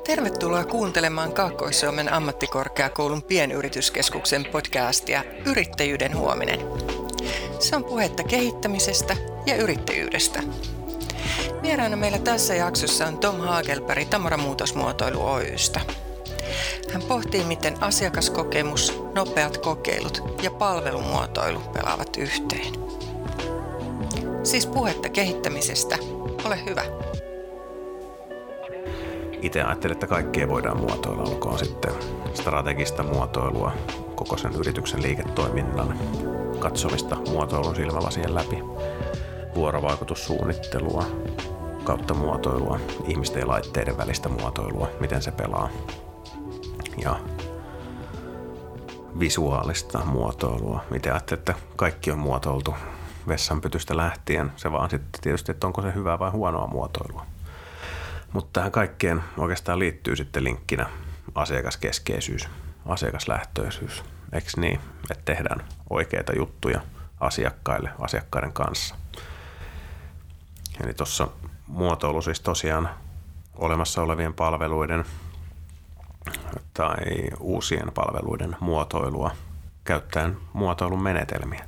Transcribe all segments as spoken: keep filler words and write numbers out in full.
Tervetuloa kuuntelemaan Kaakkois-Suomen ammattikorkeakoulun pienyrityskeskuksen podcastia Yrittäjyyden huominen. Se on puhetta kehittämisestä ja yrittäjyydestä. Vieraana meillä tässä jaksossa on Tom Hagelberg Tamora Muutosmuotoilu Oy:stä. Hän pohtii, miten asiakaskokemus, nopeat kokeilut ja palvelumuotoilu pelaavat yhteen. Siis puhetta kehittämisestä. Ole hyvä. Itse ajattelen, että kaikkea voidaan muotoilla, olkoon sitten strategista muotoilua, koko sen yrityksen liiketoiminnan katsomista muotoilun silmälasien läpi, vuorovaikutussuunnittelua kautta muotoilua, ihmisten ja laitteiden välistä muotoilua, miten se pelaa, ja visuaalista muotoilua. Itse ajattelen, että kaikki on muotoiltu vessanpytystä lähtien, se vaan sitten tietysti, että onko se hyvää vai huonoa muotoilua. Mutta tähän kaikkeen oikeastaan liittyy sitten linkkinä asiakaskeskeisyys, asiakaslähtöisyys. Eikö niin, että tehdään oikeita juttuja asiakkaille, asiakkaiden kanssa. Eli tuossa muotoilu siis tosiaan olemassa olevien palveluiden tai uusien palveluiden muotoilua käyttäen muotoilun menetelmiä.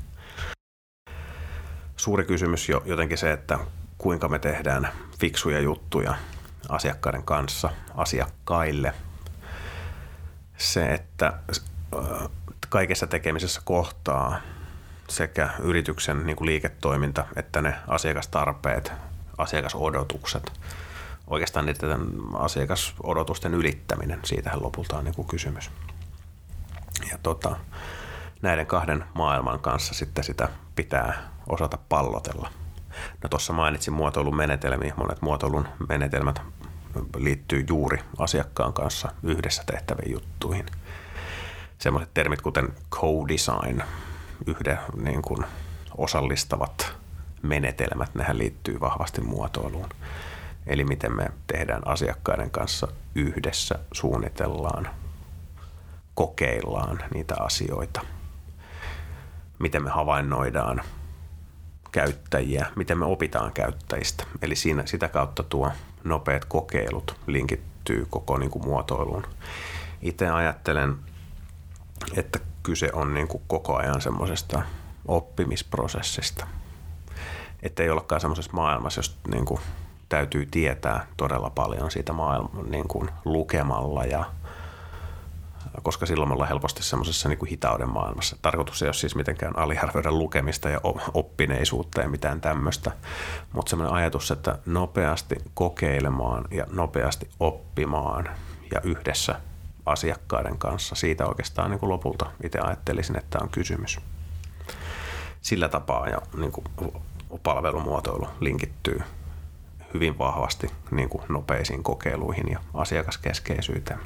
Suuri kysymys jo jotenkin se, että kuinka me tehdään fiksuja juttuja asiakkaiden kanssa, asiakkaille. Se, että kaikessa tekemisessä kohtaa sekä yrityksen niin kuin liiketoiminta että ne asiakastarpeet, asiakasodotukset. Oikeastaan niiden asiakasodotusten ylittäminen, siitähän lopulta on niin kuin kysymys. Ja tota, näiden kahden maailman kanssa sitten sitä pitää osata pallotella. No tuossa mainitsin muotoilun menetelmiä. Monet muotoilun menetelmät liittyy juuri asiakkaan kanssa yhdessä tehtäviin juttuihin. Sellaiset termit kuten co-design, yhden niin kuin osallistavat menetelmät, nehän liittyy vahvasti muotoiluun. Eli miten me tehdään asiakkaiden kanssa yhdessä, suunnitellaan, kokeillaan niitä asioita. Miten me havainnoidaan käyttäjiä, miten me opitaan käyttäjistä. Eli siinä, sitä kautta tuo nopeat kokeilut linkittyy koko niin kuin muotoiluun. Itse ajattelen, että kyse on niin kuin koko ajan semmoisesta oppimisprosessista. Että ei olekaan semmoisessa maailmassa, jos niin kuin täytyy tietää todella paljon siitä maailman niin kuin lukemalla, ja koska silloin me ollaan helposti semmoisessa niin kuin hitauden maailmassa. Tarkoitus ei ole siis mitenkään aliarvioida lukemista ja oppineisuutta ja mitään tämmöistä, mutta semmoinen ajatus, että nopeasti kokeilemaan ja nopeasti oppimaan ja yhdessä asiakkaiden kanssa, siitä oikeastaan niin kuin lopulta itse ajattelisin, että on kysymys. Sillä tapaa ja niin kuin palvelumuotoilu linkittyy hyvin vahvasti niin kuin nopeisiin kokeiluihin ja asiakaskeskeisyyteen.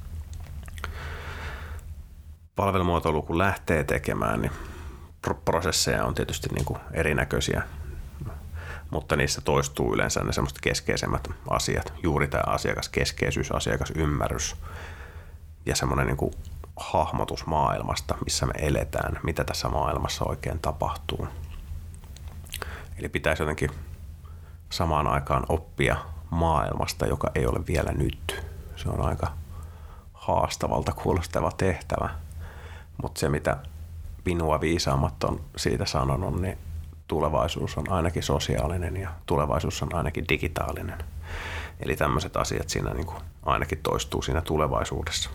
Palvelumuotoilu kun lähtee tekemään, niin prosesseja on tietysti niin kuin erinäköisiä, mutta niissä toistuu yleensä ne semmoiset keskeisemmät asiat. Juuri tämä asiakaskeskeisyys, asiakasymmärrys ja semmoinen niin kuin hahmotus maailmasta, missä me eletään, mitä tässä maailmassa oikein tapahtuu. Eli pitäisi jotenkin samaan aikaan oppia maailmasta, joka ei ole vielä nyt. Se on aika haastavalta kuulostava tehtävä. Mutta se, mitä minua viisaammat on siitä sanonut, niin tulevaisuus on ainakin sosiaalinen ja tulevaisuus on ainakin digitaalinen. Eli tämmöiset asiat siinä niin kuin ainakin toistuu siinä tulevaisuudessa.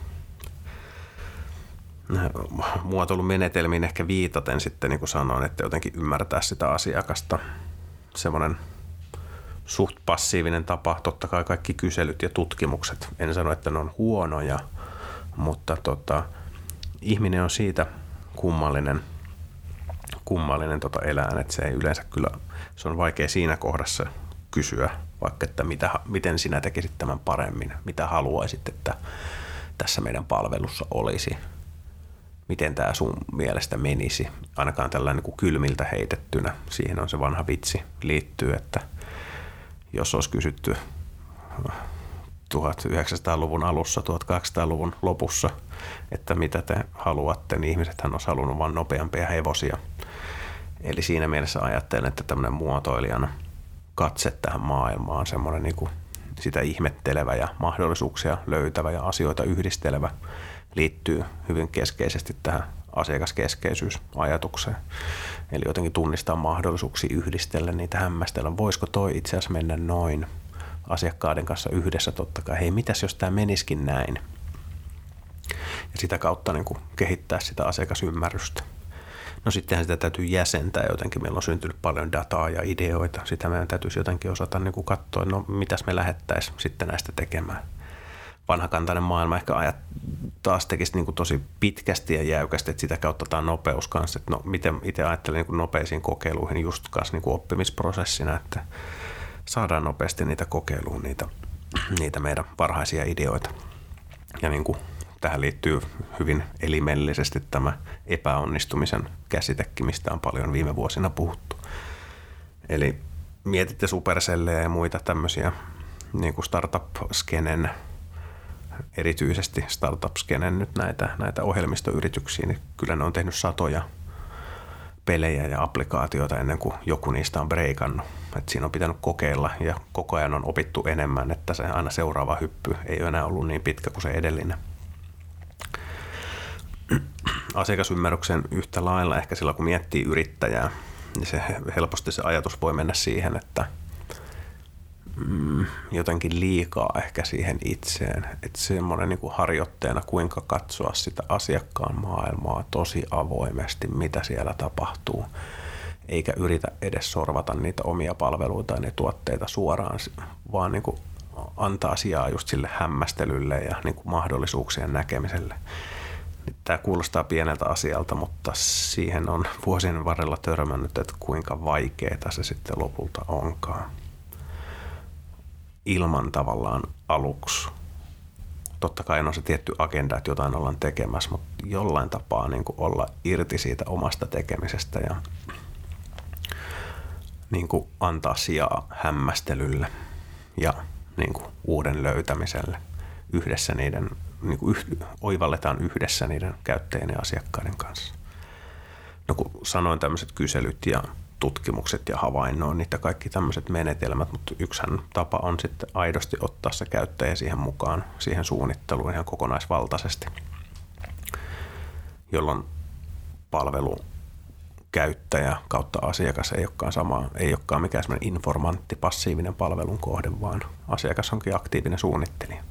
Muotoilun menetelmiin ehkä viitaten sitten, niin kuin sanoin, että jotenkin ymmärtää sitä asiakasta. Semmoinen suht passiivinen tapa, totta kai kaikki kyselyt ja tutkimukset. En sano, että ne on huonoja, mutta tota, ihminen on siitä kummallinen, kummallinen tota eläin, että se ei yleensä kyllä, se on vaikea siinä kohdassa kysyä, vaikka että mitä, miten sinä tekisit tämän paremmin, mitä haluaisit, että tässä meidän palvelussa olisi, miten tämä sun mielestä menisi, ainakaan tällainen niin kuin kylmiltä heitettynä, siihen on se vanha vitsi liittyy, että jos olisi kysytty tuhatyhdeksänsataaluvun alussa, tuhatkahdeksansataaluvun lopussa, että mitä te haluatte, niin ihmisethän olisi halunnut vain nopeampia hevosia. Eli siinä mielessä ajattelen, että tämmöinen muotoilijan katse tähän maailmaan, semmoinen niin kuin sitä ihmettelevä ja mahdollisuuksia löytävä ja asioita yhdistelevä liittyy hyvin keskeisesti tähän asiakaskeskeisyysajatukseen. Eli jotenkin tunnistaa mahdollisuuksia yhdistellä niitä, hämmästellä. Voisiko toi itse asiassa mennä noin asiakkaiden kanssa yhdessä totta kai. Hei, mitäs jos tämä menisikin näin? Ja sitä kautta niin kuin kehittää sitä asiakasymmärrystä. No sittenhän sitä täytyy jäsentää jotenkin. Meillä on syntynyt paljon dataa ja ideoita. Sitä meidän täytyisi jotenkin osata niin kuin katsoa, no mitäs me lähettäisiin sitten näistä tekemään. Vanhakantainen maailma ehkä ajat taas tekisi niin kuin tosi pitkästi ja jäykästi, että sitä kautta tämä nopeus kanssa. Että no, miten itse ajattelen niin kuin nopeisiin kokeiluihin just kanssa niin kuin oppimisprosessina, että saadaan nopeasti niitä kokeiluun, niitä, niitä meidän varhaisia ideoita. Ja niin kuin tähän liittyy hyvin elimellisesti tämä epäonnistumisen käsitekin, mistä on paljon viime vuosina puhuttu. Eli mietitte Supercelleä ja muita tämmöisiä niin kuin startup-skenen, erityisesti startup-skenen nyt näitä, näitä ohjelmistoyrityksiä, niin kyllä ne on tehnyt satoja pelejä ja applikaatioita ennen kuin joku niistä on breikannut. Et siinä on pitänyt kokeilla ja koko ajan on opittu enemmän, että se aina seuraava hyppy ei ole enää ollut niin pitkä kuin se edellinen. Asiakasymmärryksen yhtä lailla ehkä silloin, kun miettii yrittäjää, niin se helposti se ajatus voi mennä siihen, että mm, jotenkin liikaa ehkä siihen itseen. Että semmoinen niin kuin harjoitteena, kuinka katsoa sitä asiakkaan maailmaa tosi avoimesti, mitä siellä tapahtuu, eikä yritä edes sorvata niitä omia palveluita ja ne tuotteita suoraan, vaan niin kuin antaa sijaa just sille hämmästelylle ja niin kuin mahdollisuuksien näkemiselle. Tämä kuulostaa pieneltä asialta, mutta siihen on vuosien varrella törmännyt, että kuinka vaikeaa se sitten lopulta onkaan. Ilman tavallaan aluksi. Totta kai on se tietty agenda, että jotain ollaan tekemässä, mutta jollain tapaa niin kuin olla irti siitä omasta tekemisestä ja niin kuin antaa sijaa hämmästelylle ja niin kuin uuden löytämiselle yhdessä niiden, niin kuin yh, oivalletaan yhdessä niiden käyttäjien ja asiakkaiden kanssa. No kun sanoin tämmöiset kyselyt ja tutkimukset ja havainnoinnit ja kaikki tämmöiset menetelmät, mutta yksihän tapa on sitten aidosti ottaa se käyttäjä siihen mukaan, siihen suunnitteluun ihan kokonaisvaltaisesti, jolloin palvelukäyttäjä kautta asiakas ei olekaan, sama, ei olekaan mikään semmoinen informantti, passiivinen palvelun kohde, vaan asiakas onkin aktiivinen suunnittelija.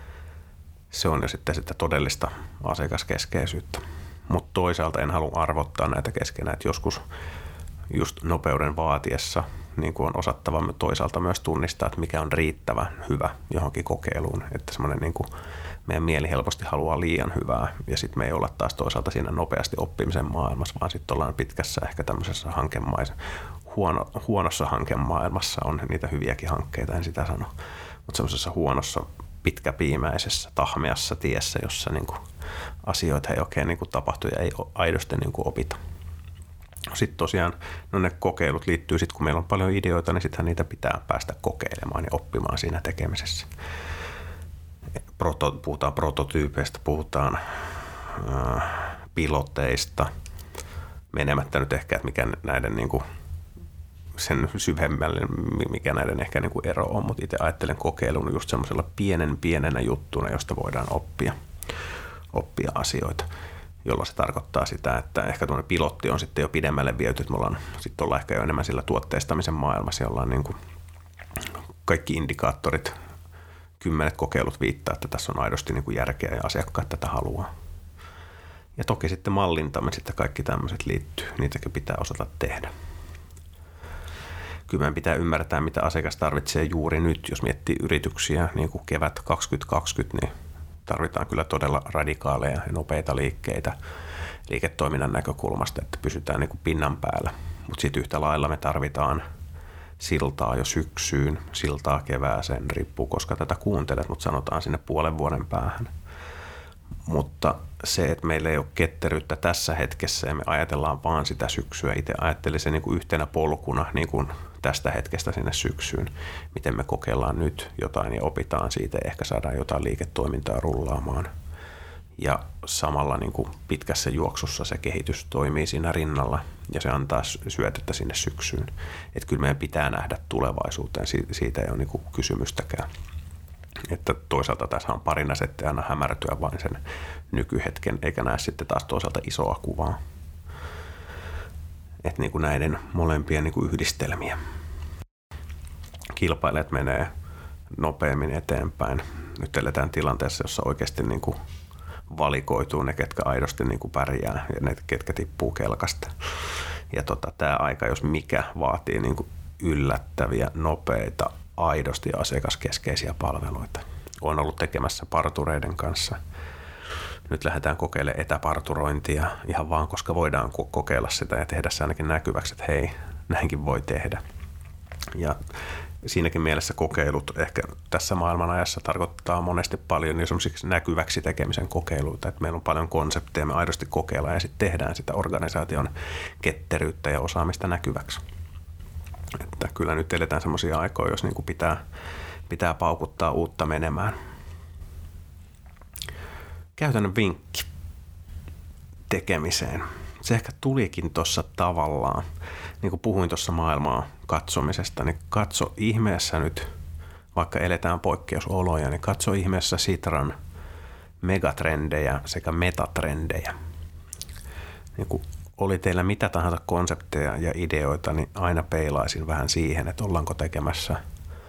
Se on jo sitten sitä todellista asiakaskeskeisyyttä. Mutta toisaalta en halua arvottaa näitä keskenään, että joskus just nopeuden vaatiessa niin kuin on osattava toisaalta myös tunnistaa, että mikä on riittävä hyvä johonkin kokeiluun. Että semmoinen niin kuin meidän mieli helposti haluaa liian hyvää ja sitten me ei olla taas toisaalta siinä nopeasti oppimisen maailmassa, vaan sitten ollaan pitkässä ehkä tämmöisessä hankemaisessa, huono, huonossa hankemaailmassa on niitä hyviäkin hankkeita, en sitä sano, mutta semmoisessa huonossa pitkäpiimäisessä, tahmeassa tiessä, jossa niin kuin asioita ei oikein niin kuin tapahtu ja ei aidosti niin kuin opita. Sitten tosiaan no ne kokeilut liittyy sitten, kun meillä on paljon ideoita, niin sittenhän niitä pitää päästä kokeilemaan ja oppimaan siinä tekemisessä. Proto, puhutaan prototyypeistä, puhutaan äh, piloteista, menemättä nyt ehkä, että mikä näiden niin kuin sen syvemmälle, mikä näiden ehkä niin kuin ero on, mutta itse ajattelen kokeilun just semmoisella pienen pienenä juttuna, josta voidaan oppia, oppia asioita, jolloin se tarkoittaa sitä, että ehkä tuonne pilotti on sitten jo pidemmälle viety, että me ollaan, sitten ollaan ehkä jo enemmän sillä tuotteistamisen maailmassa, jolla on niin kuin kaikki indikaattorit, kymmenet kokeilut viittaa, että tässä on aidosti niin kuin järkeä ja asiakkaat tätä haluaa. Ja toki sitten mallintamiset ja kaikki tämmöiset liittyy, niitäkin pitää osata tehdä. Kyllä meidän pitää ymmärtää, mitä asiakas tarvitsee juuri nyt. Jos miettii yrityksiä, niin kuin kevät kaksituhattakaksikymmentä, niin tarvitaan kyllä todella radikaaleja ja nopeita liikkeitä liiketoiminnan näkökulmasta, että pysytään niin kuin pinnan päällä. Mutta sitten yhtä lailla me tarvitaan siltaa jo syksyyn, siltaa kevääseen, riippuu koska tätä kuuntelet, mutta sanotaan sinne puolen vuoden päähän. Mutta se, että meillä ei ole ketteryyttä tässä hetkessä ja me ajatellaan vaan sitä syksyä, itse ajattelin se niin kuin yhtenä polkuna niin kuin tästä hetkestä sinne syksyyn, miten me kokeillaan nyt jotain ja opitaan siitä ja ehkä saadaan jotain liiketoimintaa rullaamaan. ja samalla niin kuin pitkässä juoksussa se kehitys toimii siinä rinnalla ja se antaa syötettä sinne syksyyn. Että kyllä meidän pitää nähdä tulevaisuuteen, siitä ei ole niin kuin kysymystäkään. Että toisaalta tässä on parina sitten aina hämärtyä vain sen nykyhetken, eikä näe sitten taas toisaalta isoa kuvaa. Että niin kuin näiden molempien niin kuin yhdistelmiä. Kilpailijat menee nopeammin eteenpäin. Nyt eletään tilanteessa, jossa oikeasti niin kuin valikoituu ne, ketkä aidosti niin kuin pärjää ja ne, ketkä tippuu kelkasta. Ja tota, tämä aika, jos mikä, vaatii niin kuin yllättäviä, nopeita, aidosti asiakaskeskeisiä palveluita. Olen ollut tekemässä partureiden kanssa. Nyt lähdetään kokeilemaan etäparturointia ihan vaan, koska voidaan kokeilla sitä ja tehdä se ainakin näkyväksi, että hei, näinkin voi tehdä. Ja siinäkin mielessä kokeilut ehkä tässä maailman ajassa tarkoittaa monesti paljon niin semmoisiksi näkyväksi tekemisen kokeiluita, että meillä on paljon konsepteja, me aidosti kokeillaan ja sitten tehdään sitä organisaation ketteryyttä ja osaamista näkyväksi. Että kyllä nyt eletään semmoisia aikoja, jos niin kuin pitää, pitää paukuttaa uutta menemään. Käytännön vinkki tekemiseen. Se ehkä tulikin tuossa tavallaan, niin kuin puhuin tuossa maailmaa katsomisesta, niin katso ihmeessä nyt, vaikka eletään poikkeusoloja, niin katso ihmeessä Sitran megatrendejä sekä metatrendejä. Niin kuin oli teillä mitä tahansa konsepteja ja ideoita, niin aina peilaisin vähän siihen, että ollaanko tekemässä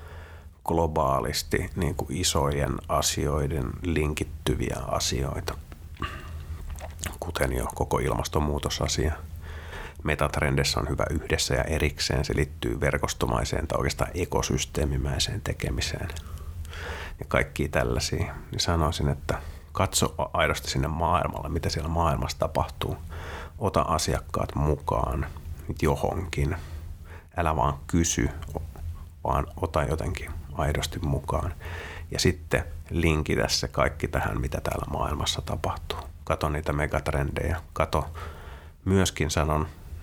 globaalisti niin kuin isojen asioiden linkittyviä asioita, kuten jo koko ilmastonmuutosasia. Metatrendissä on hyvä yhdessä ja erikseen, se liittyy verkostomaiseen tai oikeastaan ekosysteemimäiseen tekemiseen ja kaikkia tällaisia. Niin sanoisin, että katso aidosti sinne maailmalle, mitä siellä maailmassa tapahtuu. Ota asiakkaat mukaan johonkin. Älä vaan kysy, vaan ota jotenkin aidosti mukaan. Ja sitten linkitä se kaikki tähän, mitä täällä maailmassa tapahtuu. Kato niitä megatrendejä. Kato, myöskin sanon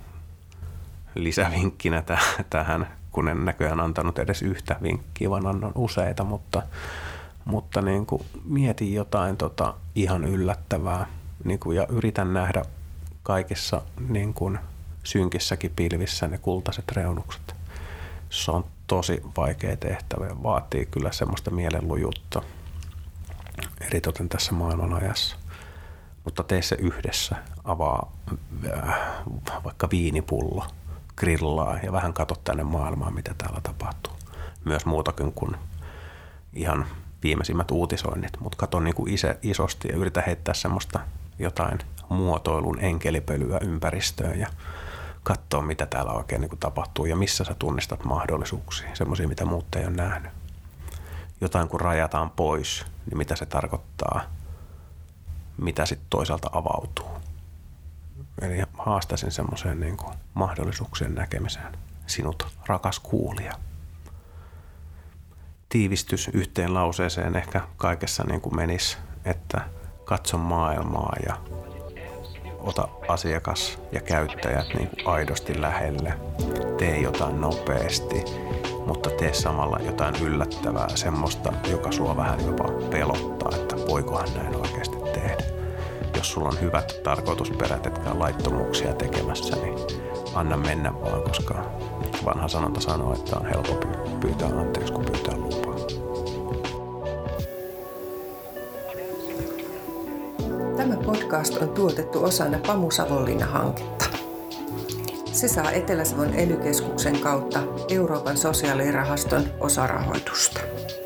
lisävinkkinä tähän, kun en näköjään antanut edes yhtä vinkkiä, vaan annan useita, mutta, mutta niin kuin mietin jotain tota ihan yllättävää niin kuin, ja yritän nähdä kaikissa niin kuin synkissäkin pilvissä ne kultaiset reunukset. Se on tosi vaikea tehtävä ja vaatii kyllä semmoista mielenlujuutta, eritoten tässä maailmanajassa. Mutta tee se yhdessä, avaa äh, vaikka viinipullo, grillaa ja vähän katso tänne maailmaan, mitä täällä tapahtuu. Myös muutakin kuin ihan viimeisimmät uutisoinnit, mutta katso niin kuin ise, isosti ja yritä heittää semmoista jotain muotoilun enkelipölyä ympäristöön ja katsoa, mitä täällä oikein niin kuin tapahtuu ja missä sä tunnistat mahdollisuuksia, semmoisia, mitä muut ei ole nähnyt. Jotain kun rajataan pois, niin mitä se tarkoittaa, mitä sitten toisaalta avautuu. Eli haastaisin semmoiseen niin kuin mahdollisuuksien näkemiseen sinut, rakas kuulija. Tiivistys yhteen lauseeseen ehkä kaikessa niin kuin menisi, että katso maailmaa ja ota asiakas ja käyttäjät niin kuin aidosti lähelle. Tee jotain nopeasti, mutta tee samalla jotain yllättävää, semmoista, joka sua vähän jopa pelottaa, että voikohan näin oikeasti tehdä. Jos sulla on hyvät tarkoitusperät, etkä laittomuuksia tekemässä, niin anna mennä vaan, koska vanha sanonta sanoo, että on helpompi pyytää anteeksi kuin pyytää lupaa. Tämä podcast on tuotettu osana Pamu Savonlinna-hanketta. Se saa Etelä-Savon ely-keskuksen kautta Euroopan sosiaalirahaston osarahoitusta.